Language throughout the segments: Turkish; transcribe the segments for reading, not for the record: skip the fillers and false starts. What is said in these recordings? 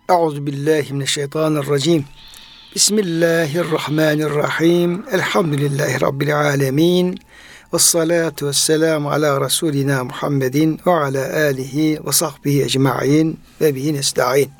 Euzubillahimineşşeytanirracim. Bismillahirrahmanirrahim. Elhamdülillahi Rabbil alemin. Vessalatu vesselamu ala Resulina Muhammedin ve ala alihi ve sahbihi ecma'in ve bihi nesta'in.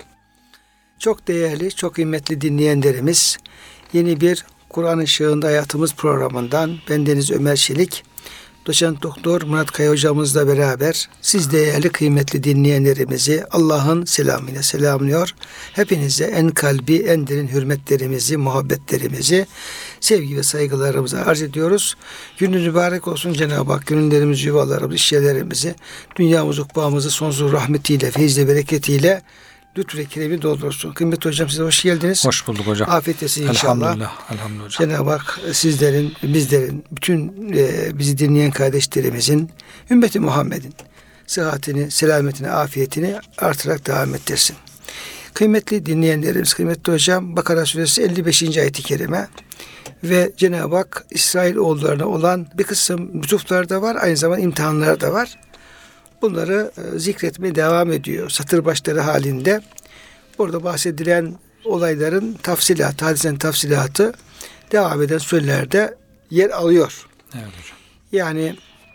Çok değerli, çok kıymetli dinleyenlerimiz, yeni bir Kur'an Işığında Hayatımız programından bendeniz Ömer Çelik, Doçent Doktor Murat Kaya hocamızla beraber siz değerli kıymetli dinleyenlerimizi Allah'ın selamıyla selamlıyor. Hepinize en kalbi, en derin hürmetlerimizi, muhabbetlerimizi, sevgi ve saygılarımızı arz ediyoruz. Gününüz mübarek olsun Cenab-ı Hak. Gönüllerimizi, yuvalarımızı, işyerlerimizi, dünyamızı, ukbağımızı sonsuz rahmetiyle, feyizle, bereketiyle lütfü ve keremi doldursun. Kıymetli hocam, size hoş geldiniz. Hoş bulduk hocam. Afiyet olsun inşallah. Elhamdülillah hocam. Cenab-ı Hak sizlerin, bizlerin, bütün bizi dinleyen kardeşlerimizin, ümmeti Muhammed'in sıhhatini, selametini, afiyetini artırarak devam ettirsin. Kıymetli dinleyenlerimiz, kıymetli hocam, Bakara suresi 55. ayet-i kerime ve Cenab-ı Hak İsrailoğullarına olan bir kısım lütuflar da var, aynı zamanda imtihanlar da var. Bunları zikretmeye devam ediyor satır başları halinde. Burada bahsedilen olayların tafsilatı, hadisenin tafsilatı devam eden surelerde yer alıyor. Evet hocam. Yani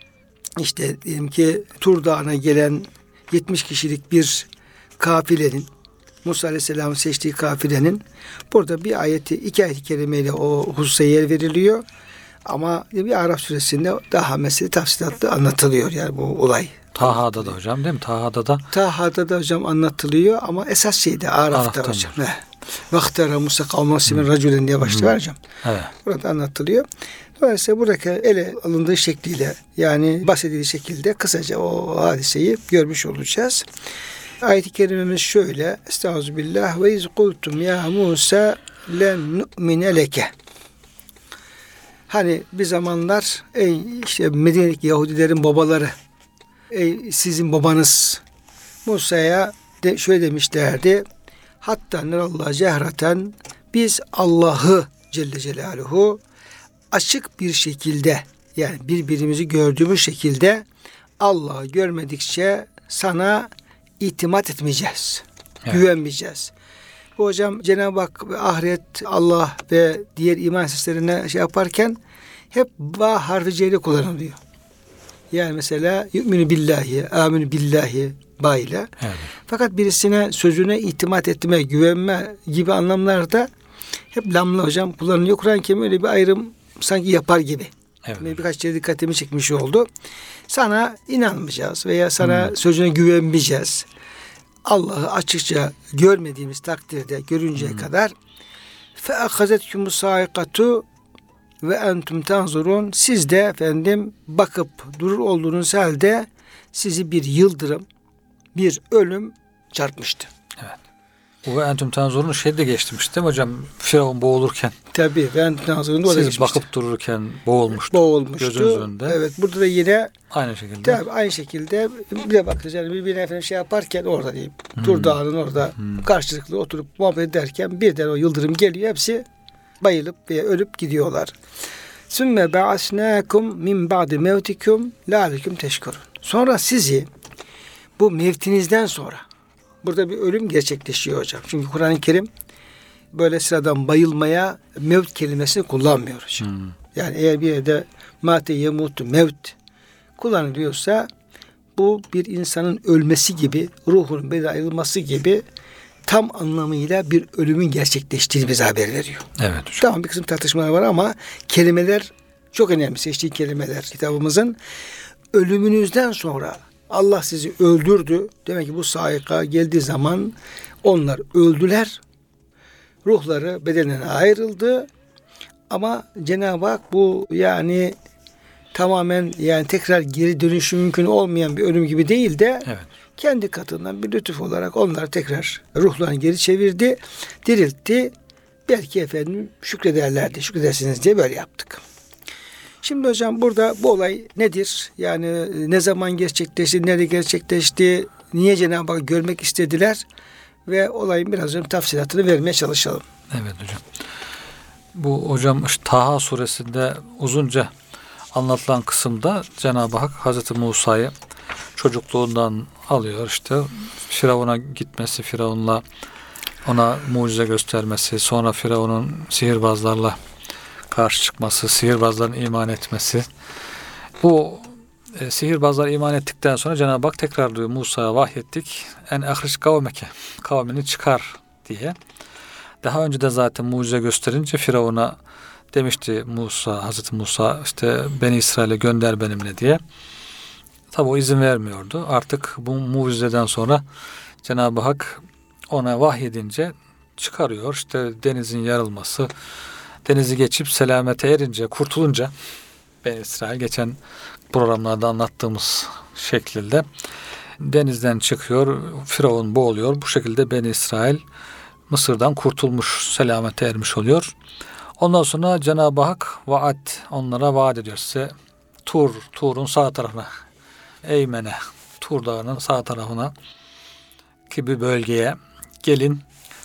işte diyelim ki Tur Dağı'na gelen 70 kişilik bir kafilenin, Musa Aleyhisselam'ın seçtiği kafilenin burada bir ayeti, iki ayet-i kerimeyle o hususa yer veriliyor. Ama bir Araf suresinde daha mesele tafsilatlı anlatılıyor yani bu olay. Taha'da da hocam değil mi? Taha'da da hocam anlatılıyor ama esas şeyde Araf'ta hocam. Vaktara Musa kavmasimin racülen diye başlıyor hocam. Evet. Burada anlatılıyor. Dolayısıyla buradaki ele alındığı şekliyle yani bahsedildiği şekilde kısaca o hadiseyi görmüş olacağız. Ayet-i kerimemiz şöyle. Estağfirullah ve iz kultum ya Musa len nu'mine leke. Hani bir zamanlar işte Medine'deki Yahudilerin babaları, sizin babanız Musa'ya şöyle demişlerdi. Hatta nerallah cehreten, biz Allah'ı Celle Celaluhu açık bir şekilde, yani birbirimizi gördüğümüz şekilde Allah'ı görmedikçe sana itimat etmeyeceğiz. Evet. Güvenmeyeceğiz. Bu hocam Cenab-ı Hak ve ahiret, Allah ve diğer iman seslerine yaparken hep ba harfi ceyli kullanılıyor. Yani mesela yu'minu billahi, aminu billahi ba ile. Evet. Fakat birisine sözüne itimat etme, güvenme gibi anlamlarda hep lamla hocam kullanılıyor. Kur'an-ı Kerim öyle bir ayrım sanki yapar gibi. Evet. Birkaç kere dikkatimi çekmiş oldu. Sana inanmayacağız veya sana sözüne güvenmeyeceğiz. Allah'ı açıkça görmediğimiz takdirde görünceye kadar فَاَخَذَتْكُمُ السَّائِقَةُ ve entum tanzurun, siz de efendim bakıp durur olduğunuz halde sizi bir yıldırım, bir ölüm çarpmıştı. Evet. Ve entum tanzurun de geçmişti değil mi hocam? Firavun boğulurken. Tabii ve entum tanzurun da siz bakıp dururken boğulmuştu. Gözünüz önünde. Evet, burada da yine aynı şekilde. Tabii aynı şekilde bir de bakacağız. Yani birbirine efendim yaparken orada diyeyim. Tur Dağı'nın orada karşılıklı oturup muhabbet ederken birden o yıldırım geliyor. Hepsi bayılıp veya ölüp gidiyorlar. Sümme ba'asnâkum min ba'di mevtikum lâlekum teşkurun. Sonra sizi bu mevtinizden sonra, burada bir ölüm gerçekleşiyor hocam. Çünkü Kur'an-ı Kerim böyle sıradan bayılmaya mevt kelimesini kullanmıyor hocam. Yani eğer bir yerde mâte yemutu mevt kullanılıyorsa bu bir insanın ölmesi gibi, ruhunun bedenen ayrılması gibi tam anlamıyla bir ölümün gerçekleştiğini bize haber veriyor. Evet hocam. Tamam, bir kısım tartışmalar var ama kelimeler çok önemli. Seçtiği kelimeler kitabımızın. Ölümünüzden sonra Allah sizi öldürdü. Demek ki bu saika geldiği zaman onlar öldüler. Ruhları bedenine ayrıldı. Ama Cenab-ı Hak bu yani tamamen yani tekrar geri dönüşü mümkün olmayan bir ölüm gibi değil de evet, kendi katından bir lütuf olarak onları tekrar ruhlarını geri çevirdi, diriltti. Belki efendim şükredersiniz diye böyle yaptık. Şimdi hocam burada bu olay nedir? Yani ne zaman gerçekleşti, nerede gerçekleşti, niye Cenab-ı Hak görmek istediler ve olayın biraz önce tafsilatını vermeye çalışalım. Evet hocam. Bu hocam işte Taha suresinde uzunca anlatılan kısımda Cenab-ı Hak Hazreti Musa'yı çocukluğundan alıyor, işte Firavun'a gitmesi, Firavun'la ona mucize göstermesi, sonra Firavun'un sihirbazlarla karşı çıkması, sihirbazların iman etmesi. Bu sihirbazlar iman ettikten sonra Cenab-ı Hak tekrar diyor Musa'ya vahyettik. En ahriç kavmeke, kavmini çıkar diye. Daha önce de zaten mucize gösterince Firavun'a demişti Hazreti Musa işte Beni İsrail'e gönder benimle diye. Tabi o izin vermiyordu. Artık bu mucizeden sonra Cenab-ı Hak ona vahyedince çıkarıyor. İşte denizin yarılması, denizi geçip selamete erince, kurtulunca Beni İsrail geçen programlarda anlattığımız şekilde denizden çıkıyor, Firavun boğuluyor. Bu şekilde Beni İsrail Mısır'dan kurtulmuş, selamete ermiş oluyor. Ondan sonra Cenab-ı Hak onlara vaat ediyor size. Tur'un sağ tarafına, Eymen'e, Tur Dağı'nın sağ tarafına ki bir bölgeye gelin,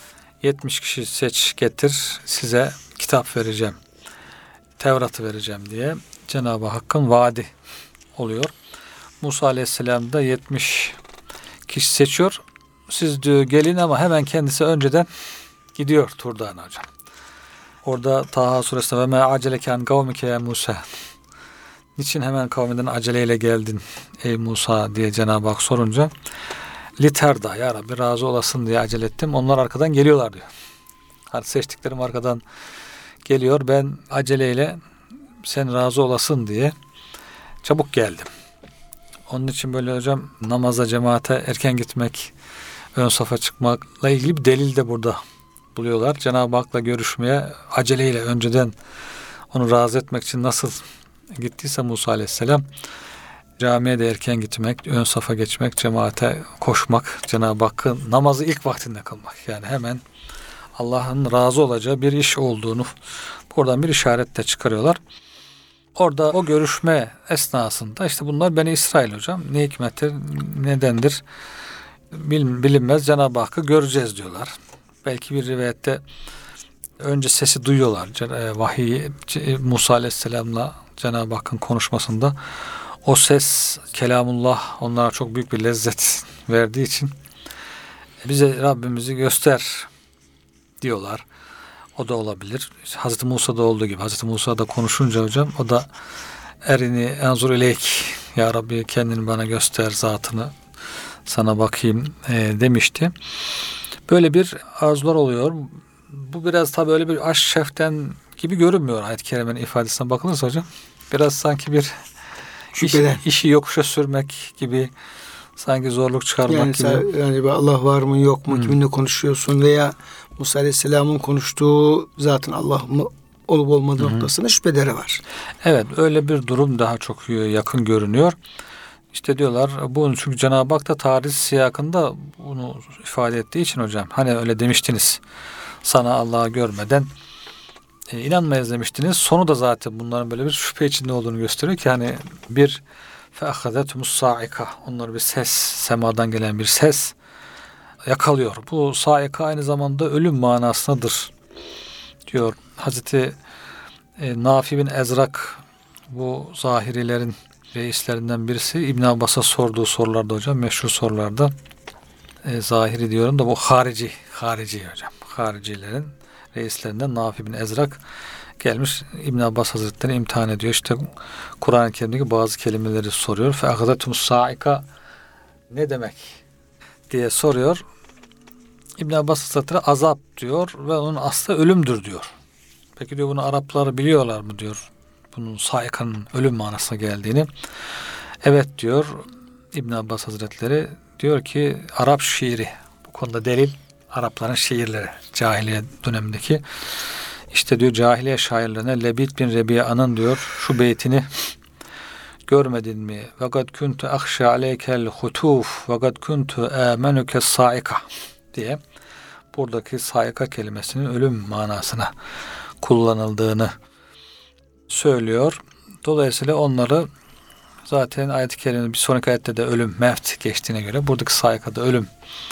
70 kişi seç getir, size kitap vereceğim, Tevrat'ı vereceğim diye Cenab-ı Hakk'ın vaadi oluyor. Musa Aleyhisselam da 70 kişi seçiyor. Siz diyor gelin ama hemen kendisi önceden gidiyor Tur Dağı'na hocam. Orada Taha suresinde ve me aceleke an kavmike ya Musa. Niçin hemen kavminden aceleyle geldin ey Musa diye Cenab-ı Hak sorunca literda ya Rabbi razı olasın diye acele ettim. Onlar arkadan geliyorlar diyor. Hani seçtiklerim arkadan geliyor. Ben aceleyle sen razı olasın diye çabuk geldim. Onun için böyle hocam namaza, cemaate erken gitmek, ön safa çıkmakla ilgili bir delil de burada buluyorlar. Cenab-ı Hak'la görüşmeye aceleyle önceden onu razı etmek için nasıl gittiyse Musa Aleyhisselam camiye de erken gitmek, ön safa geçmek, cemaate koşmak, Cenab-ı Hakk'ın namazı ilk vaktinde kılmak. Yani hemen Allah'ın razı olacağı bir iş olduğunu buradan bir işaretle çıkarıyorlar. Orada o görüşme esnasında işte bunlar Beni İsrail hocam. Ne hikmettir, nedendir bilinmez. Cenab-ı Hakk'ı göreceğiz diyorlar. Belki bir rivayette önce sesi duyuyorlar. Vahiy Musa Aleyhisselam'la Cenab-ı Hakk'ın konuşmasında o ses kelamullah onlara çok büyük bir lezzet verdiği için bize Rabbimizi göster diyorlar. O da olabilir. Hazreti Musa'da olduğu gibi. Hazreti Musa'da konuşunca hocam o da erini enzur ileyk ya Rabbi kendini bana göster zatını sana bakayım demişti. Böyle bir arzular oluyor. Bu biraz tabii öyle bir aşk şeften gibi görünmüyor ayet-i kerimenin ifadesine bakılırsa hocam. Biraz sanki bir işi yokuşa sürmek gibi, sanki zorluk çıkarmak gibi. Yani Allah var mı yok mu, kiminle konuşuyorsun veya Musa Aleyhisselam'ın konuştuğu zaten Allah mı olup olmadığı noktasında şüpheleri var. Evet, öyle bir durum daha çok yakın görünüyor. İşte diyorlar bunun çünkü Cenab-ı Hak da tarih siyakında bunu ifade ettiği için hocam hani öyle demiştiniz sana Allah'ı görmeden inanmayız demiştiniz. Sonu da zaten bunların böyle bir şüphe içinde olduğunu gösteriyor ki hani bir feahadetumus saika onları bir ses, semadan gelen bir ses yakalıyor. Bu saika aynı zamanda ölüm manasındadır diyor. Hazreti Nafi bin Ezrak bu zahirilerin reislerinden birisi İbn Abbas'a sorduğu sorularda hocam meşhur sorularda zahiri diyorum da bu harici hocam. Haricilerin reislerinden Nafi bin Ezrak gelmiş İbn Abbas Hazretleri imtihan ediyor. İşte Kur'an-ı Kerim'deki bazı kelimeleri soruyor. Fe'ahadetumus saika ne demek diye soruyor. İbn Abbas Hazretleri azap diyor ve onun aslı ölümdür diyor. Peki diyor bunu Araplar biliyorlar mı diyor. Bunun saikanın ölüm manasına geldiğini. Evet diyor İbn Abbas Hazretleri diyor ki Arap şiiri bu konuda delil Arapların şiirleri cahiliye dönemindeki işte diyor cahiliye şairlerine Lebit bin Rebiya'nın diyor şu beytini görmedin mi? Ve kad kuntu akhşa aleykel hutuf ve kad kuntu amenuke saika diye buradaki saika kelimesinin ölüm manasına kullanıldığını söylüyor. Dolayısıyla onları zaten ayet-i kerimenin bir sonraki ayette de ölüm, mevt geçtiğine göre buradaki saikada ölüm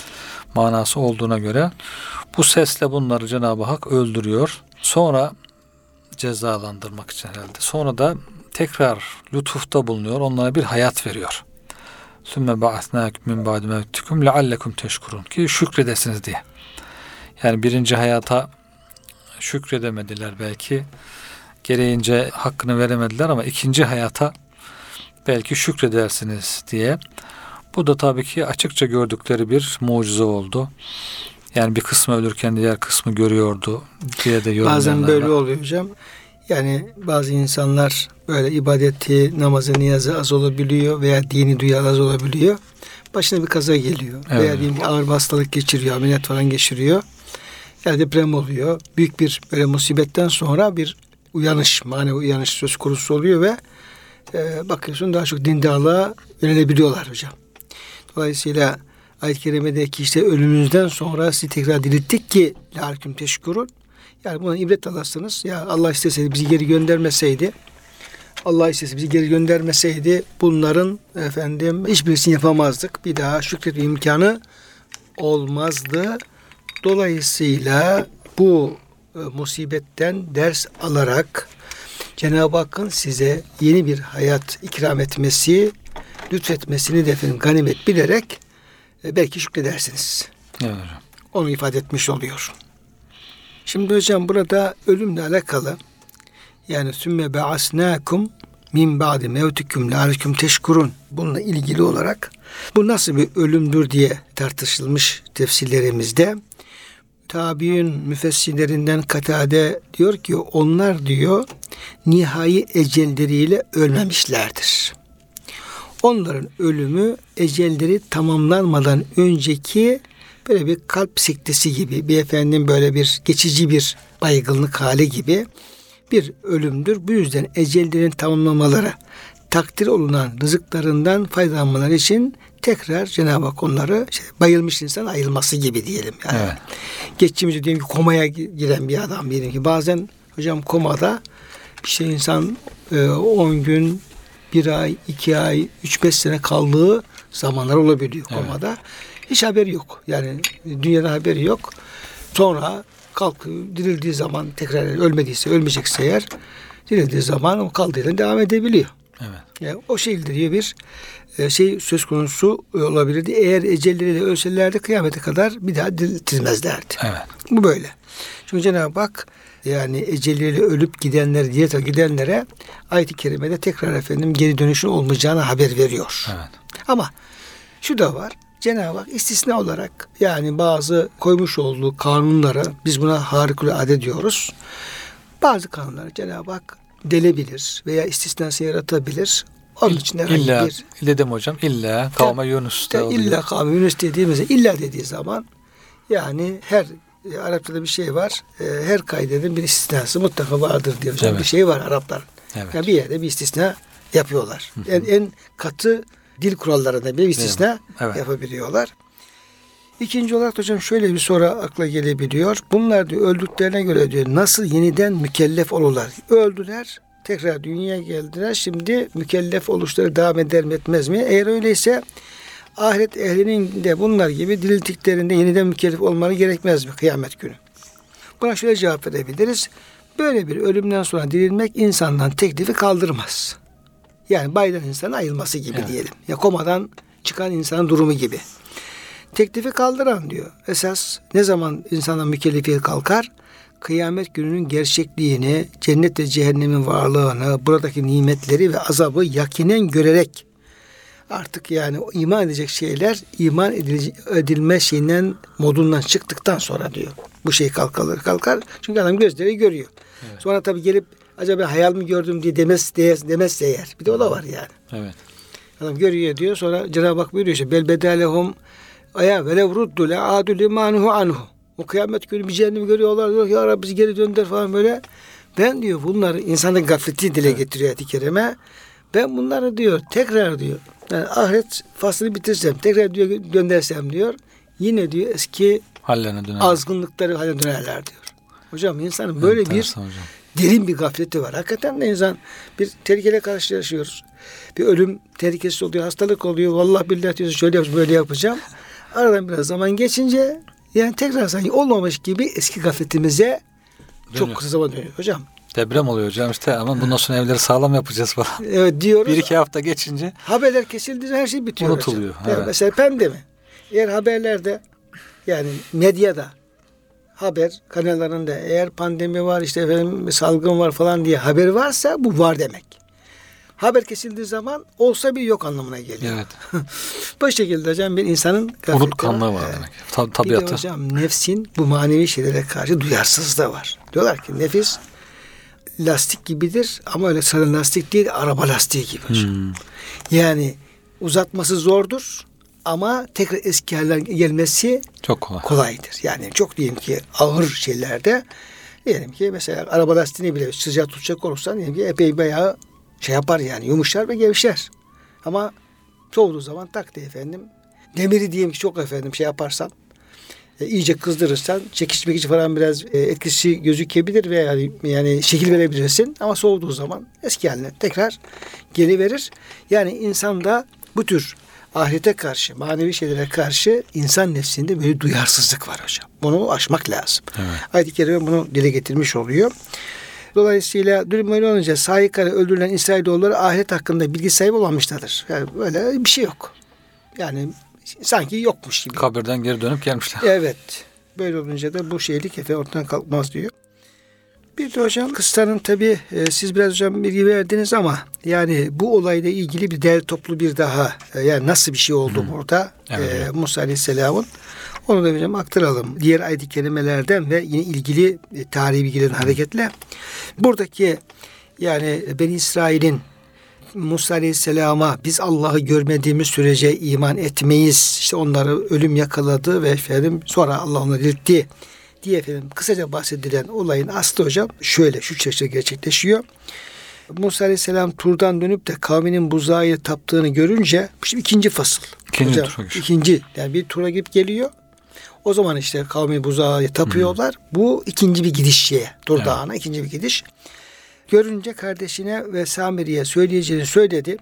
manası olduğuna göre bu sesle bunları Cenab-ı Hak öldürüyor. Sonra cezalandırmak için herhalde. Sonra da tekrar lütufta bulunuyor. Onlara bir hayat veriyor. Sümme ba'atnâküm min ba'di mevtikum leallekum teşkurun ki şükredesiniz diye. Yani birinci hayata şükredemediler belki. Gereğince hakkını veremediler ama ikinci hayata belki şükredersiniz diye. Bu da tabii ki açıkça gördükleri bir mucize oldu. Yani bir kısmı ölürken diğer kısmı görüyordu diye de yorumlayanlar Bazen böyle var. oluyor hocam. Yani bazı insanlar böyle ibadeti, namazı, niyazı az olabiliyor veya dini duyar az olabiliyor. Başına bir kaza geliyor. Evet. Veya diyelim ki ağır bir hastalık geçiriyor, ameliyat falan geçiriyor. Ya deprem oluyor. Büyük bir böyle musibetten sonra bir uyanış, manevi uyanış söz konusu oluyor ve bakıyorsun daha çok dindarlığa yönelebiliyorlar hocam. Dolayısıyla ayet-i kerimedeki işte ölümünüzden sonra sizi tekrar dirilttik ki lâküm teşkurun. Yani buna ibret alırsınız. Ya Allah isteseydi bizi geri göndermeseydi, Allah isteseydi bizi geri göndermeseydi bunların hiçbirisini yapamazdık. Bir daha şükretme imkanı olmazdı. Dolayısıyla bu musibetten ders alarak Cenab-ı Hakk'ın size yeni bir hayat ikram etmesi, lütfetmesini de ganimet bilerek belki şükredersiniz. Evet hocam. Onu ifade etmiş oluyor. Şimdi hocam burada ölümle alakalı yani sümme be'asnâkum min ba'di mevtikum lâlekum teşkurun bununla ilgili olarak bu nasıl bir ölümdür diye tartışılmış tefsirlerimizde. Tabi'in müfessirlerinden Katade diyor ki onlar diyor nihai ecelleriyle ölmemişlerdir. Onların ölümü ecelleri tamamlanmadan önceki böyle bir kalp sektesi gibi bir böyle bir geçici bir baygınlık hali gibi bir ölümdür. Bu yüzden ecellerin tamamlamaları takdir olunan rızıklarından faydalanmaları için tekrar Cenab-ı Hak onları bayılmış insan ayılması gibi diyelim. Yani Evet. geçtiğimizde diyelim ki komaya giren bir adam diyelim ki bazen hocam komada işte insan 10 gün, 1 ay, 2 ay, 3-5 sene kaldığı zamanlar olabiliyor komada. Evet. Hiç haberi yok. Yani dünyada haberi yok. Sonra kalkıyor, dirildiği zaman tekrar ölmediyse, ölmeyecekse eğer dirildiği zaman o kaldığı yerden devam edebiliyor. Evet. Yani o şekilde diye bir şey söz konusu olabilirdi. Eğer ecelleriyle ölselerdi kıyamete kadar bir daha diriltilmezlerdi. Evet. Bu böyle. Çünkü Cenab-ı Hak yani eceliyle ölüp gidenler diye gidenlere ayet-i kerimede tekrar geri dönüşün olmayacağını haber veriyor. Evet. Ama şu da var. Cenab-ı Hak istisna olarak yani bazı koymuş olduğu kanunlara biz buna harikulade diyoruz. Bazı kanunları Cenab-ı Hak delebilir veya istisnası yaratabilir. Onun için illa dedim hocam illa kavme Yunus'ta oluyor. İlla kavme Yunus dediğimizde illa dediği zaman yani her Arapçada bir şey var. Her kaidenin bir istisnası mutlaka vardır diyor. Evet. Bir şey var Araplar. Evet. Yani bir yerde bir istisna yapıyorlar. En katı dil kurallarında bir istisna yapabiliyorlar. İkinci olarak hocam şöyle bir soru akla gelebiliyor. Bunlar diyor öldüklerine göre diyor nasıl yeniden mükellef olurlar? Öldüler, tekrar dünyaya geldiler. Şimdi mükellef oluşları devam eder mi etmez mi? Eğer öyleyse ahiret ehlinin de bunlar gibi diriltiklerinde yeniden mükellef olmaları gerekmez mi kıyamet günü? Buna şöyle cevap verebiliriz. Böyle bir ölümden sonra dirilmek insandan teklifi kaldırmaz. Yani bayılan insanın ayılması gibi diyelim. Ya komadan çıkan insanın durumu gibi. Teklifi kaldıran diyor. Esas ne zaman insanın mükellefiyeti kalkar? Kıyamet gününün gerçekliğini, cennet ve cehennemin varlığını, buradaki nimetleri ve azabı yakinen görerek artık yani iman edecek şeyler iman edilme şeyinden modundan çıktıktan sonra diyor. Bu şey kalkar. Çünkü adam gözleri görüyor. Evet. Sonra tabii gelip acaba hayal mi gördüm diye demezse eğer. Bir de o da var yani. Evet. Adam görüyor diyor. Sonra Cenab-ı Hak buyuruyor işte bel bedalehum aya velev ruddu le adu limanuhu anhu. O kıyamet günü bir cehennemi görüyorlar. Diyor ya Rabbi bizi geri dönder falan böyle. Ben diyor bunları insanın gafleti dile getiriyor ayet-i kerime. Ben bunları diyor tekrar diyor. Yani ahiret faslını bitirsem tekrar diyor göndersem diyor. Yine diyor eski azgınlıkları haline dönerler diyor. Hocam insanın böyle bir derin bir gafleti var. Hakikaten de insan bir tehlikeyle karşılaşıyoruz. Bir ölüm tehlikesi oluyor, hastalık oluyor. Vallahi billahi diyorsun şöyle yapacağım, böyle yapacağım. Aradan biraz zaman geçince yani tekrar sanki olmamış gibi eski gafletimize dönüyor. Çok kısa zaman dönüyor hocam. Deprem oluyor hocam işte ama bundan sonra evleri sağlam yapacağız falan. Evet diyoruz. 1-2 hafta geçince haberler kesildiğinde her şey bitiyor. Unutuluyor. Evet. Mesela pandemi. Eğer haberlerde yani medyada haber kanallarında eğer pandemi var, işte efendim salgın var falan diye haber varsa bu var demek. Haber kesildiği zaman olsa bir yok anlamına geliyor. Evet. Bu şekilde hocam bir insanın unutkanlığı var demek. Tabiatı. Bir de hocam nefsin bu manevi şeylere karşı duyarsızlığı var. Diyorlar ki nefis lastik gibidir ama öyle sarı lastik değil, araba lastiği gibi hocam. Yani uzatması zordur ama tekrar eski haline gelmesi çok kolaydır. Yani çok diyelim ki ağır şeylerde, diyelim ki mesela araba lastiğini bile sıcak tutacak olursan diyelim ki epey bayağı şey yapar yani, yumuşar ve gevşer. Ama soğuduğu zaman tak diye efendim demiri diyelim ki çok efendim şey yaparsan iyice kızdırırsan çekiç falan biraz etkisi gözükebilir ve yani şekil verebilirsin ama soğuduğu zaman eski haline tekrar geri verir. Yani insanda bu tür ahirete karşı, manevi şeylere karşı insan nefsinde böyle duyarsızlık var hocam. Bunu aşmak lazım. Evet. Ayet-i Kerime bunu dile getirmiş oluyor. Dolayısıyla durum öyle olunca sahikarı öldürülen İsrailoğulları ahiret hakkında bilgi sahibi olmamışlardır. Yani böyle bir şey yok. Yani sanki yokmuş gibi. Kabirden geri dönüp gelmişler. Evet. Böyle olunca da bu şeylik ortadan kalkmaz diyor. Bir de hocam kıssanın tabii siz biraz hocam bilgi verdiniz ama yani bu olayla ilgili bir değerli toplu bir daha yani nasıl bir şey oldu burada Musa Aleyhisselam'ın, onu da hocam aktaralım. Diğer ayet-i kerimelerden ve yine ilgili tarihi bilgilerin hareketle buradaki yani Beni İsrail'in Musa Aleyhisselam'a biz Allah'ı görmediğimiz sürece iman etmeyiz, İşte onları ölüm yakaladı ve efendim sonra Allah onları diriltti diye efendim kısaca bahsedilen olayın aslı hocam şöyle şu şekilde gerçekleşiyor. Musa Aleyhisselam turdan dönüp de kavminin buzağı taptığını görünce şimdi ikinci fasıl. İkinci yani bir tura gidip geliyor. O zaman işte kavmi buzağı tapıyorlar. Bu ikinci bir gidiş şeye. Dur Dağı'na ikinci bir gidiş. Görünce kardeşine ve Samiri'ye söyleyeceğini söyledi.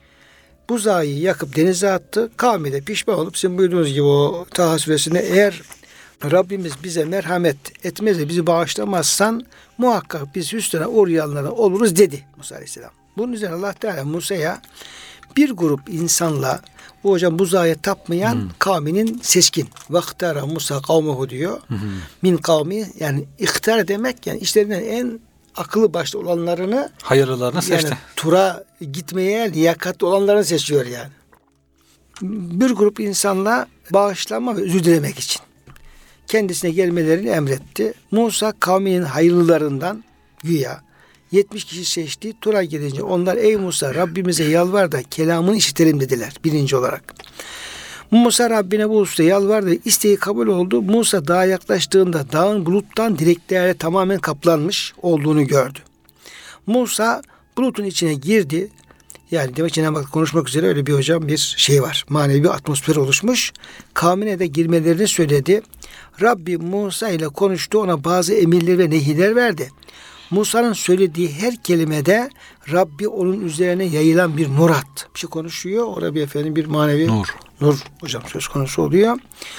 Buzağı yakıp denize attı. Kavmi de pişman olup sizin buyurduğunuz gibi o Taha suresinde eğer Rabbimiz bize merhamet etmez de bizi bağışlamazsan muhakkak biz hüsrana uğrayanlara oluruz dedi Musa Aleyhisselam. Bunun üzerine Allah Teala Musa'ya bir grup insanla bu hocam buzağa tapmayan kavminin seçkin. Vaktara Musa kavmuhu diyor. Min kavmi yani ihtar demek yani işlerinden en akıllı başlı olanlarını hayırlılarını seçti. Yani tura gitmeye liyakatli olanlarını seçiyor yani. Bir grup insanla bağışlanma ve özür dilemek için kendisine gelmelerini emretti. Musa kavminin hayırlılarından güya 70 kişi seçti. Tura gelince onlar ey Musa Rabbimize yalvar da kelamını işitelim dediler birinci olarak. Musa Rabbine bu hususta yalvardı. İsteği kabul oldu. Musa dağa yaklaştığında dağın buluttan direklerle tamamen kaplanmış olduğunu gördü. Musa bulutun içine girdi. Yani demek Cenab-ı Hak konuşmak üzere öyle bir hocam bir şey var. Manevi bir atmosfer oluşmuş. Kavmine de girmelerini söyledi. Rabbi Musa ile konuştu. Ona bazı emirler ve nehiler verdi. Musa'nın söylediği her kelimede Rabbi onun üzerine yayılan bir nur attı. Bir şey konuşuyor. Orada bir efendim bir manevi nur hocam söz konusu oluyor.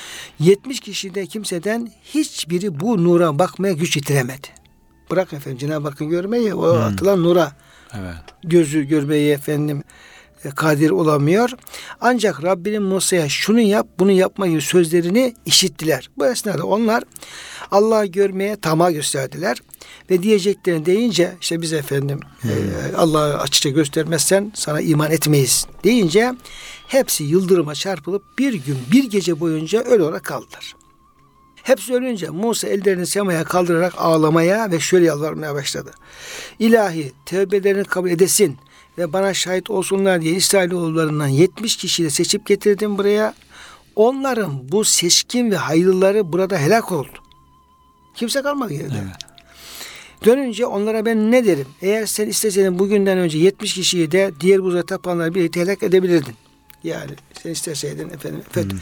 70 kişide kimseden hiçbiri bu nura bakmaya güç yetiremedi. Bırak efendim Cenab-ı Hakk'ın görmeyi, o atılan nura. Evet. Gözü görmeyi efendim kadir olamıyor. Ancak Rabbinin Musa'ya şunu yap, bunu yapma gibi sözlerini işittiler. Bu esnada onlar Allah'ı görmeye tamah gösterdiler ve diyeceklerini deyince işte biz efendim Allah'ı açıkça göstermezsen sana iman etmeyiz deyince hepsi yıldırıma çarpılıp bir gün bir gece boyunca öyle olarak kaldılar. Hepsi ölünce Musa ellerini semaya kaldırarak ağlamaya ve şöyle yalvarmaya başladı. İlahi tevbelerini kabul edesin ve bana şahit olsunlar diye İsrailoğullarından 70 kişiyi seçip getirdim buraya. Onların bu seçkin ve hayırlıları burada helak oldu. Kimse kalmadı geride. Evet. Dönünce onlara ben ne derim? Eğer sen isteseydin bugünden önce 70 kişiyi de diğer buzağa tapanları birlikte helak edebilirdin. Yani sen isteseydin efendim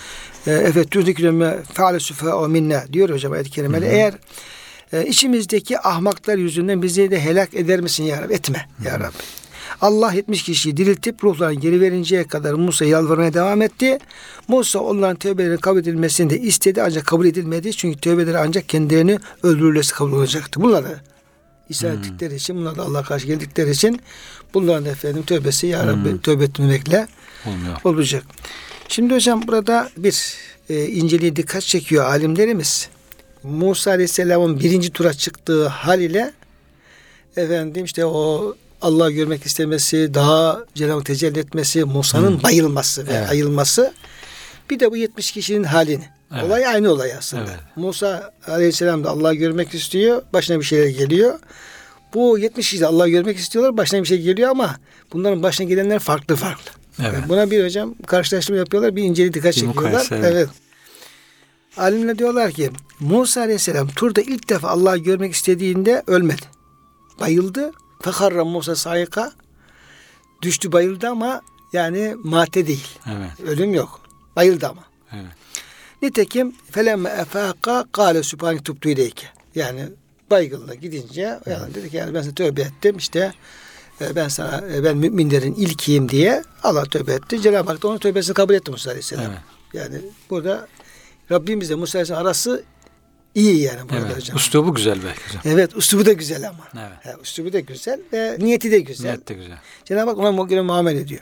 türdüküleme feale süfâ'u minna diyor hocam ayet-i kerimede. Eğer içimizdeki ahmaklar yüzünden bizi de helak eder misin ya Rabbi? Etme ya Rabbi. Allah 70 kişiyi diriltip ruhlarını geri verinceye kadar Musa yalvarmaya devam etti. Musa onların tövbelerinin kabul edilmesini de istedi ancak kabul edilmedi. Çünkü tövbeleri ancak kendilerini öldürülmesi kabul olacaktı. Bunları isyan ettikleri için, bunlar da Allah'a karşı geldikleri için bunların efendim tövbesi ya Rabbi tövbe etmemekle olacak. Şimdi hocam burada bir inceliğe dikkat çekiyor alimlerimiz. Musa Aleyhisselam'ın birinci tura çıktığı hal ile efendim işte o Allah'ı görmek istemesi, daha Cenab-ı tecelli etmesi, Musa'nın bayılması ve ayılması. Bir de bu 70 kişinin halini. Evet. Olay aynı olay aslında. Evet. Musa Aleyhisselam da Allah'ı görmek istiyor. Başına bir şeyler geliyor. Bu 70 kişi de Allah'ı görmek istiyorlar. Başına bir şey geliyor ama bunların başına gelenler farklı. Evet. Yani buna bir hocam karşılaştırma yapıyorlar. Bir inceli dikkat çekiyorlar. Evet. Alimler diyorlar ki Musa Aleyhisselam turda ilk defa Allah'ı görmek istediğinde ölmedi. Bayıldı. Fekarra Musa sayıka. Düştü bayıldı ama yani mate değil. Evet. Ölüm yok. Bayıldı ama. Evet. Nitekim felemme efaka kâle sübhâne tubtu ileyke. Yani baygınlığa gidince yani dedi ki yani ben sana tövbe ettim işte ben müminlerin ilkiyim diye Allah tövbe etti. Cenab-ı Hak da onun tövbesini kabul etti Musa Aleyhisselam. Evet. Yani burada Rabbimizle Musa Aleyhisselam arası iyi yani burada hocam. Üslubu güzel belki hocam. Evet, üslubu da güzel ama. Evet. Üslubu da güzel ve niyeti de güzel. Niyet de güzel. Cenab-ı Hak ona göre muamele ediyor.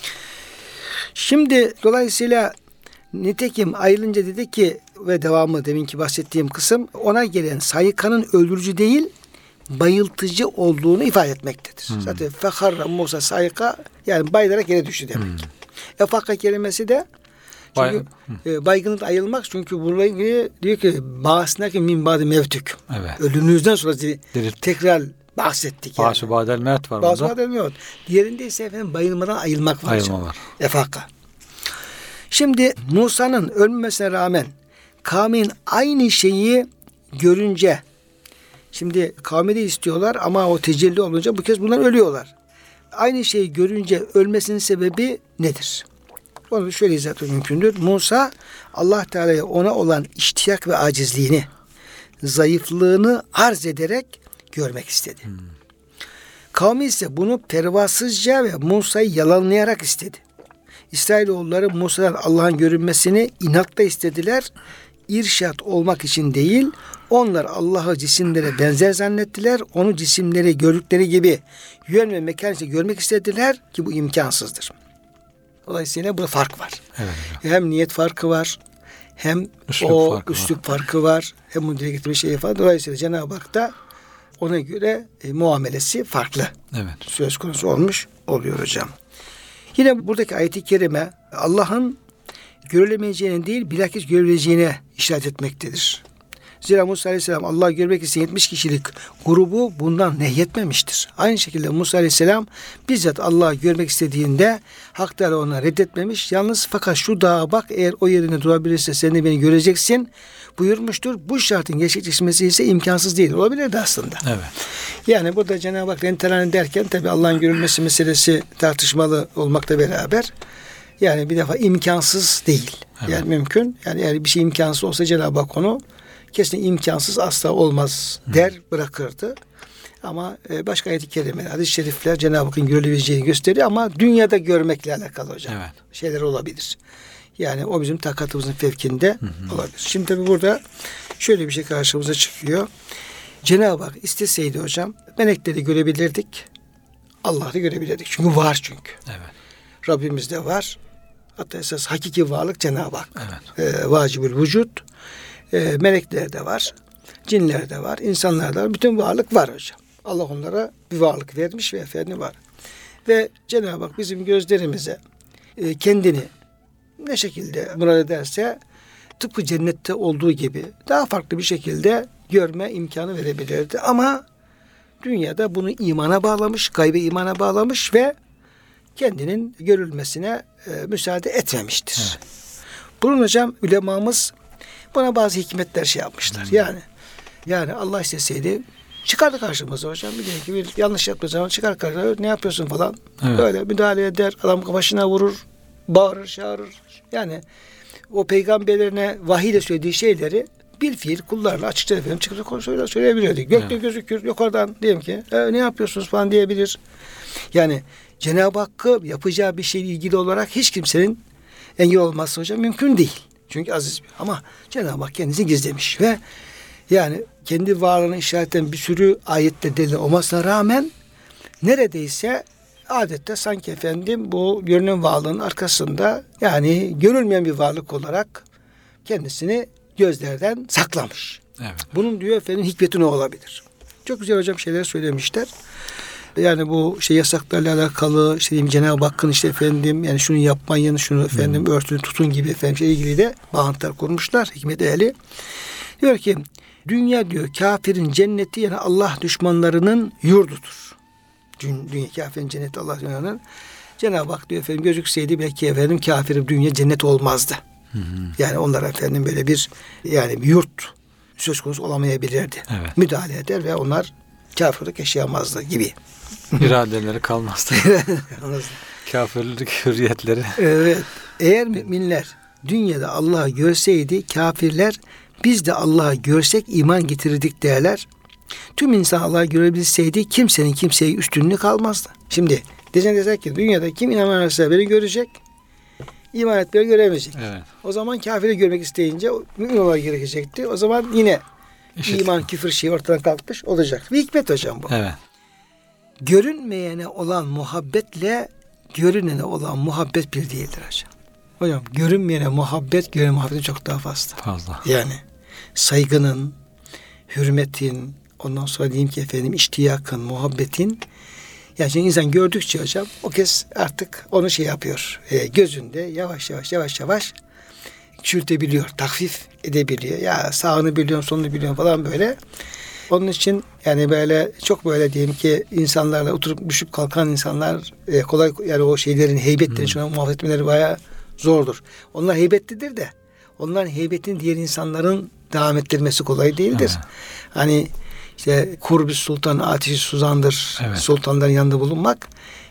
Şimdi dolayısıyla nitekim ayrılınca dedi ki ve devamı deminki bahsettiğim kısım ona gelen sayıkanın öldürücü değil bayıltıcı olduğunu ifade etmektedir. Zaten feharra Musa sayıka yani bayılarak yere düştü demek. Efaka kelimesi de çünkü baygınlık ayılmak çünkü buraya ilgili diyor ki bağısındaki minbadi mevtük. Evet. Ölümünüzden sonra tekrar bahsettik. Bağışı badel mevt var burada. Bağışı badel mevt. Diğerinde ise efendim bayılmadan ayılmak var. Ayılma var. Efaka. Şimdi Musa'nın ölmemesine rağmen kavmin aynı şeyi görünce şimdi kavmi de istiyorlar ama o tecelli olunca bu kez bunlar ölüyorlar. Aynı şeyi görünce ölmesinin sebebi nedir? Onu şöyle izah etmek mümkündür. Musa Allah Teala'ya ona olan iştiyak ve acizliğini, zayıflığını arz ederek görmek istedi. Kavmi ise bunu pervasızca ve Musa'yı yalanlayarak istedi. İsrailoğulları Musa'dan Allah'ın görünmesini inatla istediler. İrşad olmak için değil, onlar Allah'ı cisimlere benzer zannettiler. Onu cisimleri gördükleri gibi yön ve mekan ise görmek istediler ki bu imkansızdır. Dolayısıyla burada fark var. Evet. Hem niyet farkı var, hem üslup farkı var, hem bunu dile getirme şeyi var. Dolayısıyla Cenab-ı Hak da ona göre muamelesi farklı. Evet. Söz konusu olmuş oluyor hocam. Yine buradaki ayet-i kerime Allah'ın görülemeyeceğine değil bilakis görüleceğine işaret etmektedir. Zira Musa Aleyhisselam Allah'ı görmek isteyen 70 kişilik grubu bundan nehyetmemiştir. Aynı şekilde Musa Aleyhisselam bizzat Allah'ı görmek istediğinde Hak Teala ona reddetmemiş. Yalnız fakat şu dağa bak eğer o yerine durabilirse sen de beni göreceksin buyurmuştur. Bu şartın gerçekleşmesi ise imkansız değil. Olabilirdi aslında. Evet. Yani burada Cenab-ı Hak rentelani derken tabi Allah'ın görülmesi meselesi tartışmalı olmakla beraber yani bir defa imkansız değil. Evet. Yani mümkün. Yani eğer bir şey imkansız olsa Cenab-ı Hak onu kesin imkansız asla olmaz der bırakırdı. Ama başka ayet-i kerimeler, hadis-i şerifler Cenab-ı Hakk'ın görülebileceğini gösteriyor ama dünyada görmekle alakalı hocam. Evet. Şeyler olabilir. Yani o bizim takatımızın fevkinde olabilir. Şimdi tabi burada şöyle bir şey karşımıza çıkıyor. Cenab-ı Hak isteseydi hocam melekleri görebilirdik. Allah'ı görebilirdik. Çünkü var çünkü. Evet. Rabbimizde var. Hatta esas hakiki varlık Cenab-ı Hak. Evet. Vacibül vücut. Melekler de var. Cinler de var. İnsanlar da var. Bütün varlık var hocam. Allah onlara bir varlık vermiş ve efendim var. Ve Cenab-ı Hak bizim gözlerimize kendini ne şekilde murad ederse tıpkı cennette olduğu gibi daha farklı bir şekilde görme imkanı verebilirdi. Ama dünyada bunu imana bağlamış, gaybe imana bağlamış ve kendinin görülmesine müsaade etmemiştir. Evet. Bunun hocam ulemamız buna bazı hikmetler şey yapmışlar. Yani Allah isteseydi çıkardı karşımıza hocam. Bir bir yanlış yaptığı zaman çıkar karşımıza. Ne yapıyorsun falan. Evet. Böyle müdahale eder. Adam başına vurur. Bağırır, çağırır. Yani o peygamberlerine vahiyle söylediği şeyleri bir fiil kullarla açıkça efendim çıkıp söyleyebilirdik. Gökte gözükür. Yukarıdan diyelim ki ne yapıyorsunuz falan diyebilir. Yani Cenab-ı Hakk'ı yapacağı bir şeyle ilgili olarak hiç kimsenin engel olması hocam mümkün değil. Çünkü aziz bir. Ama Cenab-ı Hak kendisi gizlemiş ve yani kendi varlığını işaret eden bir sürü ayette delil olmasına rağmen neredeyse adette sanki efendim bu görünen varlığın arkasında yani görülmeyen bir varlık olarak kendisini gözlerden saklamış. Evet. Bunun diyor efendim hikmeti ne olabilir? Çok güzel hocam şeyler söylemişler. Yani bu yasaklarla alakalı işte diyeyim, Cenab-ı Hakk'ın işte efendim yani şunu yapmayın, şunu efendim örtülü tutun gibi efendim ilgili de bağıntılar kurmuşlar hikmet ehli. Diyor ki dünya diyor kafirin cenneti yani Allah düşmanlarının yurdudur. Dünya kafirin cenneti Allah düşmanlarının. Cenab-ı Hak diyor efendim gözükseydi belki efendim kafirin dünya cennet olmazdı. Yani onlar efendim böyle bir yani bir yurt söz konusu olamayabilirdi. Evet. Müdahale eder ve onlar kafirlik yaşayamazdı gibi. İradeleri kalmazdı. Kafirlik hürriyetleri. Evet. Eğer müminler dünyada Allah'ı görseydi kafirler biz de Allah'ı görsek iman getirirdik derler. Tüm insan Allah'ı görebilseydi kimsenin kimseye üstünlüğü kalmazdı. Şimdi desek ki dünyada kim inanırsa beni görecek, iman etmeyi göremeyecek. Evet. O zaman kafiri görmek isteyince mümin olmak gerekecekti. O zaman yine iman küfür şeyi ortadan kalkmış olacak. Bir hikmet hocam bu. Evet. Görünmeyene olan muhabbetle görünene olan muhabbet bir değildir hocam. Hocam görünmeyene muhabbet, görünene muhabbetin çok daha fazla. Fazla. Yani saygının, hürmetin, ondan sonra diyeyim ki efendim iştiyakın, muhabbetin yani şimdi insan gördükçe hocam o kez artık onu şey yapıyor. Gözünde yavaş yavaş küçültebiliyor, takfif edebiliyor. Ya sağını biliyorum, solunu biliyorum falan böyle. Onun için yani böyle çok böyle diyelim ki insanlarla oturup düşüp kalkan insanlar kolay yani o şeylerin heybetlerini şuna muhafaza etmeleri bayağı zordur. Onlar heybetlidir de onların heybetini diğer insanların devam ettirmesi kolay değildir. Evet. Hani işte Kurbü Sultan ateşi suzandır. Evet. Sultanların yanında bulunmak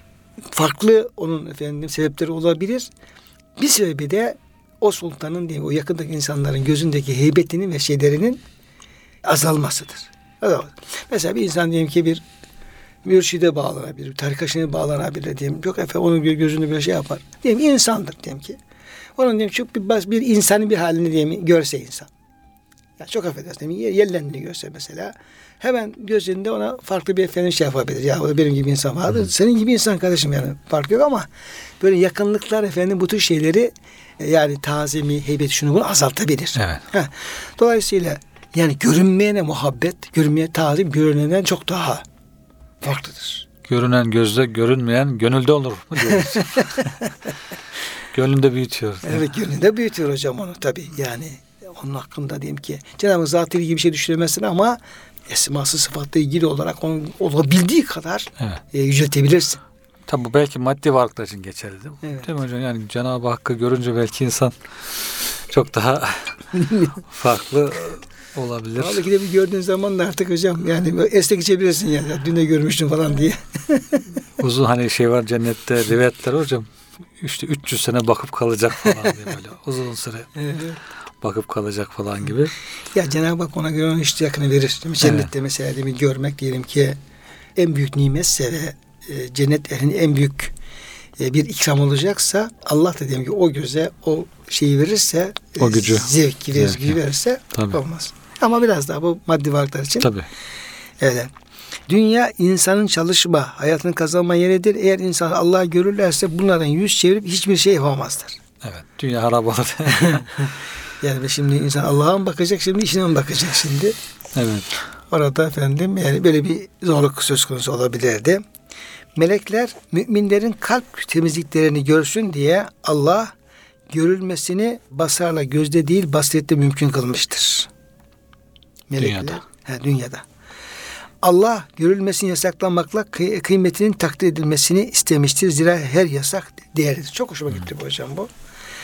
farklı onun efendim sebepleri olabilir. Bir sebebi de o sultanın değil o yakındaki insanların gözündeki heybetinin ve şeylerinin azalmasıdır. Mesela bir insan diyelim ki bir mürşide bağlanabilir, bir tarikatına bağlanabilir diyelim. Çok efendim onun gözünde bir şey yapar. Diyelim insandır diyelim ki. Onun diyelim çok bir insanın bir halini diyelim görse insan. Ya çok affedersin yerlerini görse mesela hemen gözünde ona farklı bir efendim şey yapabilir. Ya o da benim gibi insan vardır. Senin gibi insan kardeşim yani fark yok ama böyle yakınlıklar efendim bu tür şeyleri yani tazimi, heybeti şunu bunu azaltabilir. Evet. Dolayısıyla yani görünmeyene muhabbet, görünmeye tazim görünenden çok daha farklıdır. Görünen gözde, görünmeyen gönülde olur mu diyoruz. Gönlünde büyütüyor. Evet, gönlünde büyütüyor hocam onu tabii. Yani onun hakkında diyeyim ki Cenab-ı zatıyla ilgili bir şey düşünemezsin ama esması sıfatla ilgili olarak onu olabildiği kadar yüceltebilirsin. Tabi bu belki maddi varlıklar için geçerli değil mi? Evet. Değil mi hocam? Yani Cenab-ı Hakk'ı görünce belki insan çok daha farklı olabilir. Vallahi de bir gördüğün zaman da artık hocam yani esnek içebilirsin yani. Dün de görmüştüm falan diye. Uzun hani şey var cennette rivayetler hocam. İşte 300 sene bakıp kalacak falan diye böyle uzun süre bakıp kalacak falan gibi. Ya Cenab-ı Hak ona göre onun iştiyakını verir. Değil mi? Cennette mesela değil mi, görmek diyelim ki en büyük nimetse ve cennet ehlinin en büyük bir ikram olacaksa Allah da diyelim ki o göze o şeyi verirse o gücü zevki verirse tabii olmaz. Ama biraz daha bu maddi varlıklar için. Tabii. Öyle. Dünya insanın çalışma, hayatını kazanma yeridir. Eğer insan Allah'ı görürlerse bunlardan yüz çevirip hiçbir şey yapamazlar. Evet. Dünya harap olur. Yani şimdi insan Allah'a mı bakacak, şimdi işine mi bakacak şimdi? Evet. Orada efendim yani böyle bir zorluk söz konusu olabilirdi. Melekler müminlerin kalp temizliklerini görsün diye Allah görülmesini basarla gözde değil basirette mümkün kılmıştır. Melekler. Dünyada. Allah görülmesini yasaklanmakla kıymetinin takdir edilmesini istemiştir. Zira her yasak değerlidir. Çok hoşuma gitti bu hocam bu.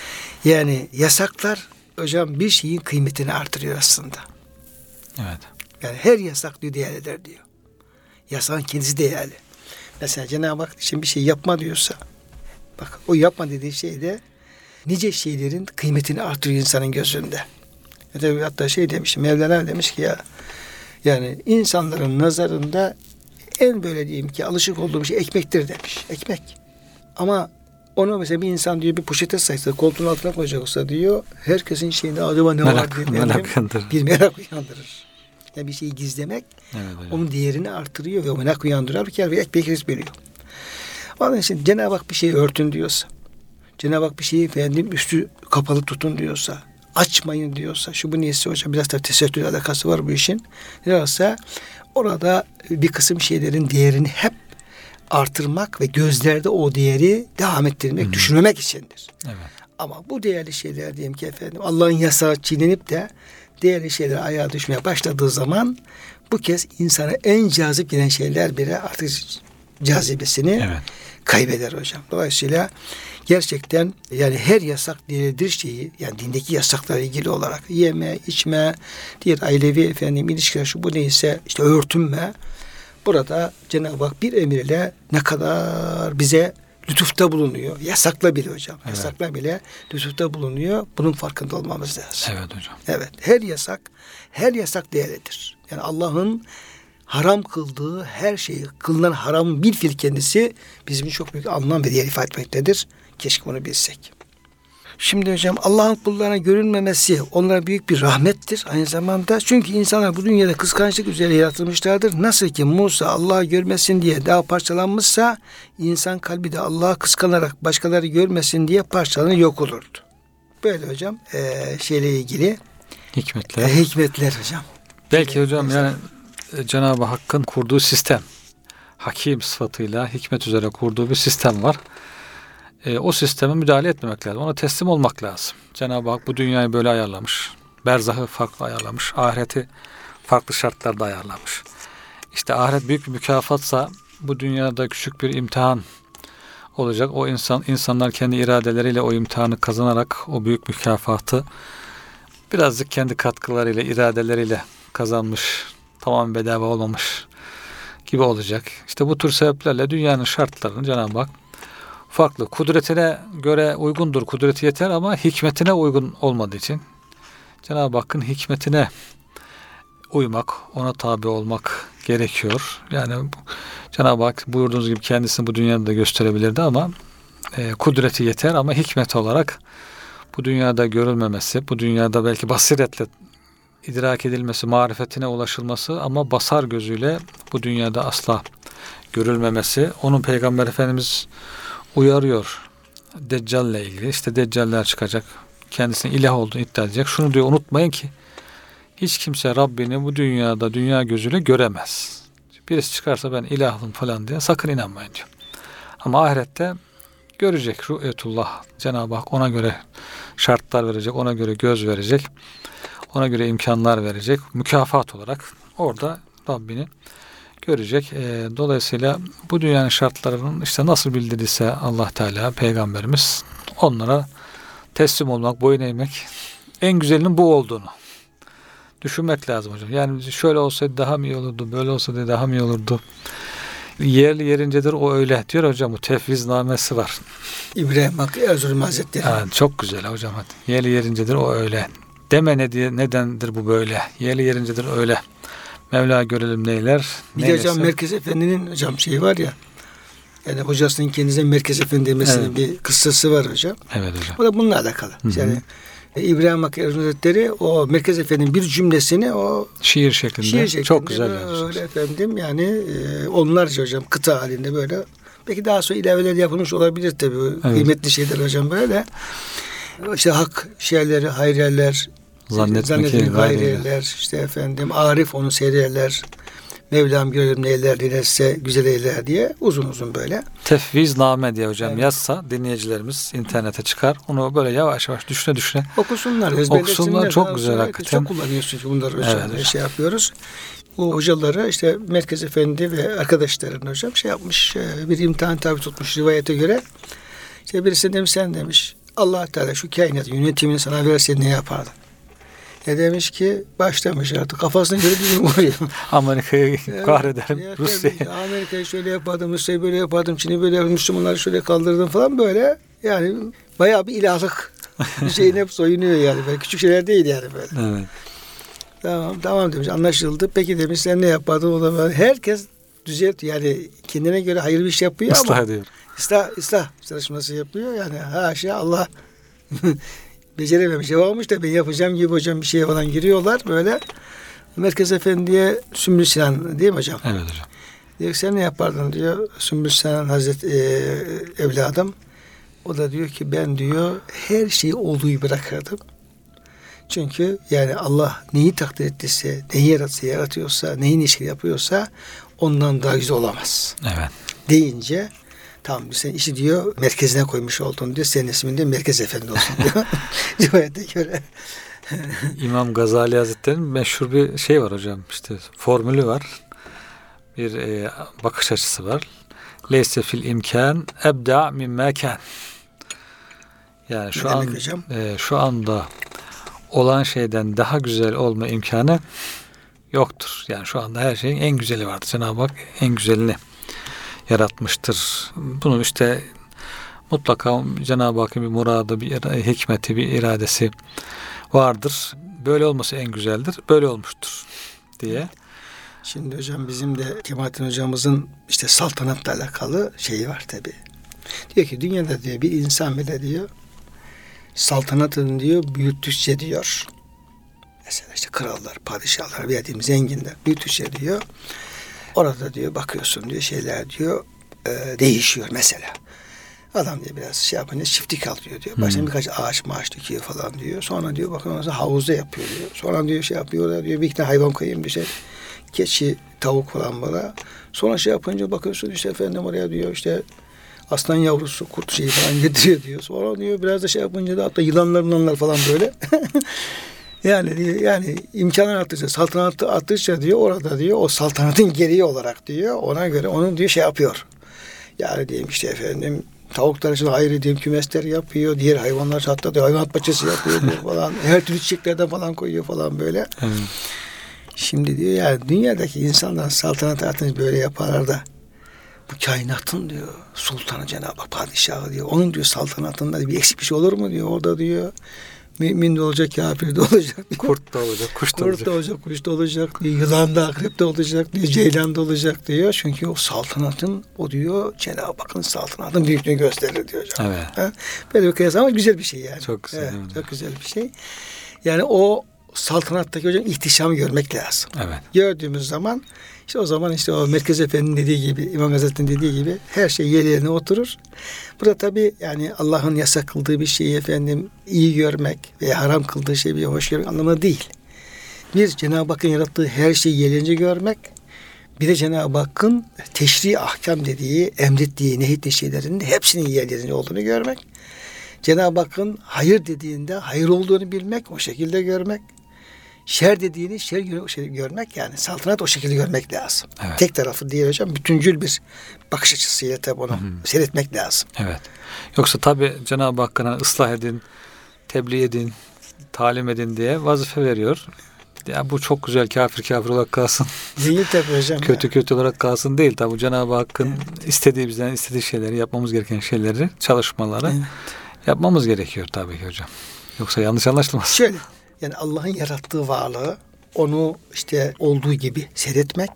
Yani yasaklar hocam bir şeyin kıymetini artırıyor aslında. Evet. Yani her yasak diyor değerli eder diyor. Yasağın kendisi değerli. Mesela Cenab-ı Hak için bir şey yapma diyorsa bak o yapma dediği şeyde nice şeylerin kıymetini artırıyor insanın gözünde. Hatta şey demiş Mevlana demiş ki ya yani insanların nazarında en böyle diyeyim ki alışık olduğum şey ekmektir demiş. Ekmek. Ama onu mesela bir insan diyor bir poşete saysa koltuğun altına koyacak olsa diyor herkesin şeyinde acaba ne var diye bir merak uyandırır. Yani bir şeyi gizlemek onun değerini artırıyor ve o merak uyandırıyor. Bir kere ekmek risk veriyor. Onun için Cenab-ı Hak bir şeyi örtün diyorsa, Cenab-ı Hak bir şeyi efendim üstü kapalı tutun diyorsa, açmayın diyorsa, şu bu neyse hocam, biraz da tesettür alakası var bu işin. Diyorsa orada bir kısım şeylerin değerini hep artırmak ve gözlerde o değeri devam ettirmek, düşürmemek içindir. Evet. Ama bu değerli şeyler diyelim ki efendim Allah'ın yasağı çiğnenip de değerli şeyler ayağa düşmeye başladığı zaman bu kez insana en cazip gelen şeyler bile artık cazibesini kaybeder hocam. Dolayısıyla gerçekten yani her yasak değerlidir şeyi, yani dindeki yasaklarla ilgili olarak yeme, içme, diğer ailevi efendim ilişkiler, şu bu neyse, işte örtünme. Burada Cenab-ı Hak bir emirle ne kadar bize lütufta bulunuyor. Yasakla bile hocam. Evet. Yasakla bile lütufta bulunuyor. Bunun farkında olmamız lazım. Evet hocam. Evet. Her yasak değerlidir. Yani Allah'ın haram kıldığı her şeyi, kılınan haramın bir fiil kendisi bizim için çok büyük anlam ve değer ifade etmektedir. Keşke bunu bilsek. Şimdi hocam Allah'ın kullarına görünmemesi onlara büyük bir rahmettir aynı zamanda. Çünkü insanlar bu dünyada kıskançlık üzere yaratılmışlardır. Nasıl ki Musa Allah'ı görmesin diye daha parçalanmışsa, insan kalbi de Allah'ı kıskanarak başkaları görmesin diye parçalanır, yok olurdu. Böyle hocam şeyle ilgili hikmetler hocam. Belki hocam yani Cenab-ı Hakk'ın kurduğu sistem, hakim sıfatıyla hikmet üzere kurduğu bir sistem var. O sisteme müdahale etmemek lazım. Ona teslim olmak lazım. Cenab-ı Hak bu dünyayı böyle ayarlamış. Berzahı farklı ayarlamış. Ahireti farklı şartlarda ayarlamış. İşte ahiret büyük bir mükafatsa bu dünyada küçük bir imtihan olacak. O insanlar kendi iradeleriyle o imtihanı kazanarak o büyük mükafatı birazcık kendi katkılarıyla, iradeleriyle kazanmış, tamamen bedava olmamış gibi olacak. İşte bu tür sebeplerle dünyanın şartlarını Cenab-ı Hak farklı. Kudretine göre uygundur. Kudreti yeter ama hikmetine uygun olmadığı için Cenab-ı Hakk'ın hikmetine uymak, ona tabi olmak gerekiyor. Yani Cenab-ı Hak buyurduğunuz gibi kendisini bu dünyada da gösterebilirdi ama kudreti yeter ama hikmet olarak bu dünyada görülmemesi, bu dünyada belki basiretle idrak edilmesi, marifetine ulaşılması ama basar gözüyle bu dünyada asla görülmemesi. Onun Peygamber Efendimiz uyarıyor. Deccal'le ilgili. İşte Deccaller çıkacak. Kendisinin ilah olduğunu iddia edecek. Şunu diyor, unutmayın ki hiç kimse Rabbini bu dünyada dünya gözüyle göremez. Birisi çıkarsa ben ilahım falan diye sakın inanmayın diyor. Ama ahirette görecek rü'yetullah. Cenab-ı Hak ona göre şartlar verecek, ona göre göz verecek, ona göre imkanlar verecek. Mükafat olarak orada Rabbini görecek. Dolayısıyla bu dünyanın şartlarının işte nasıl bildirdiyse Allah Teala, Peygamberimiz, onlara teslim olmak, boyun eğmek, en güzelinin bu olduğunu düşünmek lazım hocam. Yani şöyle olsaydı daha mı iyi olurdu, böyle olsaydı daha mı iyi olurdu? Yerli yerincedir o öyle diyor hocam. Bu tefviznamesi var. İbrahim Hakkı Erzurum Hazretleri. Yani çok güzel hocam. Yerli yerincedir o öyle. Deme nedendir bu böyle. Yerli yerincedir öyle. Mevla görelim neyler. Bir de hocam Merkez Efendi'nin hocam şeyi var ya, yani hocasının kendisine Merkez Efendi demesinin bir kıssası var hocam. Evet hocam. O da bununla alakalı. Hı-hı. Yani İbrahim Hakkı Erzurum Hazretleri o Merkez Efendi'nin bir cümlesini o şiir şeklinde çok güzel öyle efendim yani onlarca hocam kıta halinde böyle. Belki daha sonra ilaveler yapılmış olabilir tabii. Evet. Kıymetli şeyler hocam böyle. İşte hak şeyleri, hayriyeler, zannetmek hayriyeler, işte efendim Arif onu seyrederler. Mevlam görelim neyler dilerse güzel eyler diye uzun böyle. Tefvizname diye hocam yazsa dinleyicilerimiz internete çıkar. Onu böyle yavaş yavaş düşüne okusunlar. Çok güzel hakikaten. Çok kullanıyoruz çünkü bunları hocam. Evet, şey yapıyoruz. Bu hocalara işte Merkez Efendi ve arkadaşlarına hocam şey yapmış, bir imtihan tabi tutmuş rivayete göre. İşte birisi demiş, sen demiş Allah Teala şu kainatın yönetimini sana verse ne yapardın? Demiş ki başlamış artık kafasına göre bir vuruyor. Amerika'yı kahrederim. Rusya'yı. Amerika'yı şöyle yapardım, Rusya'yı böyle yapardım, Çin'i böyle yapardım, Müslümanları şöyle kaldırdım falan böyle. Yani bayağı bir ilahlık Hüseyin hep soyunuyor yani. Böyle küçük şeyler değil yani böyle. Evet. Tamam demiş, anlaşıldı. Peki demiş sen ne yapardın o zaman? Herkes düzelt yani kendine göre hayır bir iş yapıyor İslah ama ediyor. İslah çalışması yapıyor yani haşa Allah becerememiş, yapamamış da ben yapacağım gibi hocam bir şeye falan giriyorlar böyle. Merkez Efendi'ye Sümbül Sinan değil mi hocam? Evet hocam. Diyor sen ne yapardın diyor Sümbül Sinan Hazreti evladım. O da diyor ki ben diyor her şeyi olduğu bırakırdım. Çünkü yani Allah neyi takdir ettiyse, neyi yaratıyorsa, neyi neşir yapıyorsa ondan daha güzel olamaz. Evet. Deyince tamam sen işi diyor merkezine koymuş oldun diyor. Senin ismin de Merkez Efendi olsun diyor. Rivayete göre. İmam Gazali Hazretleri'nin meşhur bir şey var hocam. İşte formülü var. Bir bakış açısı var. Leyse fil imkan ebda mimme kan. Yani şu anda olan şeyden daha güzel olma imkanı yoktur. Yani şu anda her şeyin en güzeli vardır. Cenab-ı Hak en güzelini yaratmıştır. Bunun işte mutlaka Cenab-ı Hakk'ın bir muradı, bir hikmeti, bir iradesi vardır. Böyle olması en güzeldir. Böyle olmuştur diye. Şimdi hocam bizim de Kemalettin hocamızın işte saltanatla alakalı şeyi var tabi. Diyor ki dünyada diyor bir insan bile diyor saltanatını diyor büyüttükçe diyor. Mesela işte krallar, padişahlar veya diyeyim zenginler büyüttükçe diyor. Orada diyor bakıyorsun diyor şeyler diyor değişiyor mesela. Adam diyor biraz şey yapınca çiftlik alıyor diyor. Başına birkaç ağaç dikiyor falan diyor. Sonra diyor bakın havuzda yapıyor diyor. Sonra diyor şey yapıyor diyor bir iki tane hayvan koyayım diyor. Keçi, tavuk falan bana. Sonra şey yapınca bakıyorsun işte efendim oraya diyor işte aslan yavrusu, kurt şeyi falan getiriyor diyor. Sonra diyor biraz da şey yapınca da hatta yılanlar falan böyle. yani imkanlar arttıkça, saltanatı arttıkça diyor orada diyor o saltanatın gereği olarak diyor ona göre onu diyor şey yapıyor. Yani diyeyim işte efendim tavuklar için ayrı diyeyim kümesler yapıyor. Diğer hayvanlar hatta diyor hayvanat bahçesi yapıyor diyor falan. Her türlü çiçeklerden falan koyuyor falan böyle. Evet. Şimdi diyor ya dünyadaki insanlar saltanat artınca böyle yaparlar da bu kainatın diyor sultanı Cenab-ı Hak padişahı diyor. Onun diyor saltanatında bir eksik bir şey olur mu diyor. Orada diyor mümin de olacak, kafir de olacak diyor. Kurt da olacak, kuş da olacak. Kuş da olacak diyor. Yılan da, akrep de olacak diyor. Ceylan da olacak diyor. Çünkü o saltanatın o diyor Cenab-ı Hakk'ın saltanatın büyüklüğünü gösterir diyor hocam. Evet. Ha? Böyle bir kıyas ama güzel bir şey yani. Çok güzel. Evet, çok güzel bir şey. Yani o saltanattaki hocam ihtişamı görmek lazım. Evet. Gördüğümüz zaman işte o zaman işte o Merkez Efendi'nin dediği gibi, İmam Hazretleri'nin dediği gibi her şey yerine oturur. Burada tabii yani Allah'ın yasak kıldığı bir şeyi efendim iyi görmek veya haram kıldığı şeyi bir hoş görmek anlamında değil. Bir Cenab-ı Hakk'ın yarattığı her şeyi yerine görmek, bir de Cenab-ı Hakk'ın teşri ahkam dediği, emrettiği, nehyettiği şeylerin hepsinin yerlerinde olduğunu görmek. Cenab-ı Hakk'ın hayır dediğinde hayır olduğunu bilmek, o şekilde görmek. Şer dediğini şer görmek yani saltanat o şekilde görmek lazım. Evet. Tek tarafı değil hocam bütüncül bir bakış açısıyla tabi onu seyretmek lazım. Evet. Yoksa tabi Cenab-ı Hakk'ın ıslah edin, tebliğ edin, talim edin diye vazife veriyor. Ya bu çok güzel kafir olarak kalsın. Değil tabi hocam. kötü olarak kalsın değil. Tabi Cenab-ı Hakk'ın istediği bizden istediği şeyleri, yapmamız gereken şeyleri, çalışmaları yapmamız gerekiyor tabii ki hocam. Yoksa yanlış anlaşılmaz. Şöyle yani Allah'ın yarattığı varlığı onu işte olduğu gibi seyretmek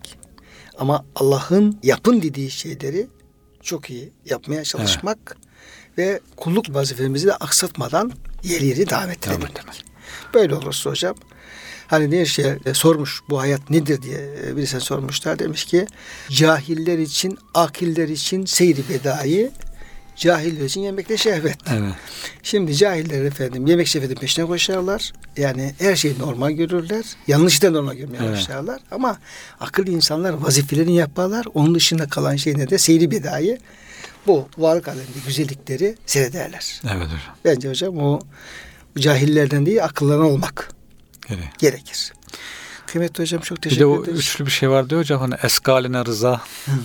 ama Allah'ın yapın dediği şeyleri çok iyi yapmaya çalışmak ve kulluk vazifemizi de aksatmadan yeri devam ettirebilmek. Böyle olursa hocam hani bir şey sormuş bu hayat nedir diye birisi sormuşlar demiş ki cahiller için akiller için seyri bedai cahiller için yemekte şehvet. Evet. Şimdi cahiller efendim yemek şehvetin peşine koşarlar. Yani her şeyi normal görürler. Yanlışı da normal görmeye başlarlar. Ama akıllı insanlar vazifelerini yaparlar. Onun dışında kalan şey ne de seyri bedayı bu varlık aleminde güzellikleri seyrederler. Evet hocam. Bence hocam o cahillerden değil akıllarına olmak gerekir. Kıymetli hocam çok teşekkür ederiz. Bir de o üçlü bir şey var diyor hocam hani eskaline rıza.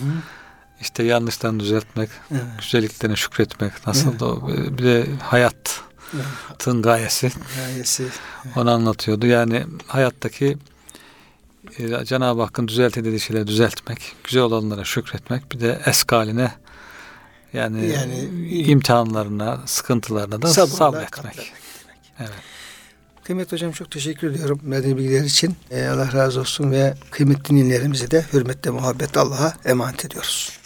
İşte yanlışlarını düzeltmek, güzelliklerine şükretmek, nasıl da bir de hayatın gayesi. Onu anlatıyordu. Yani hayattaki Cenab-ı Hakk'ın dediği şeyleri düzeltmek, güzel olanlara şükretmek, bir de eskaline yani imtihanlarına, sıkıntılarına da sabretmek. Evet. Kıymetli hocam çok teşekkür ediyorum verdiğiniz bilgiler için. Allah razı olsun ve kıymetli dinleyenlerimize de hürmetle, muhabbetle Allah'a emanet ediyoruz.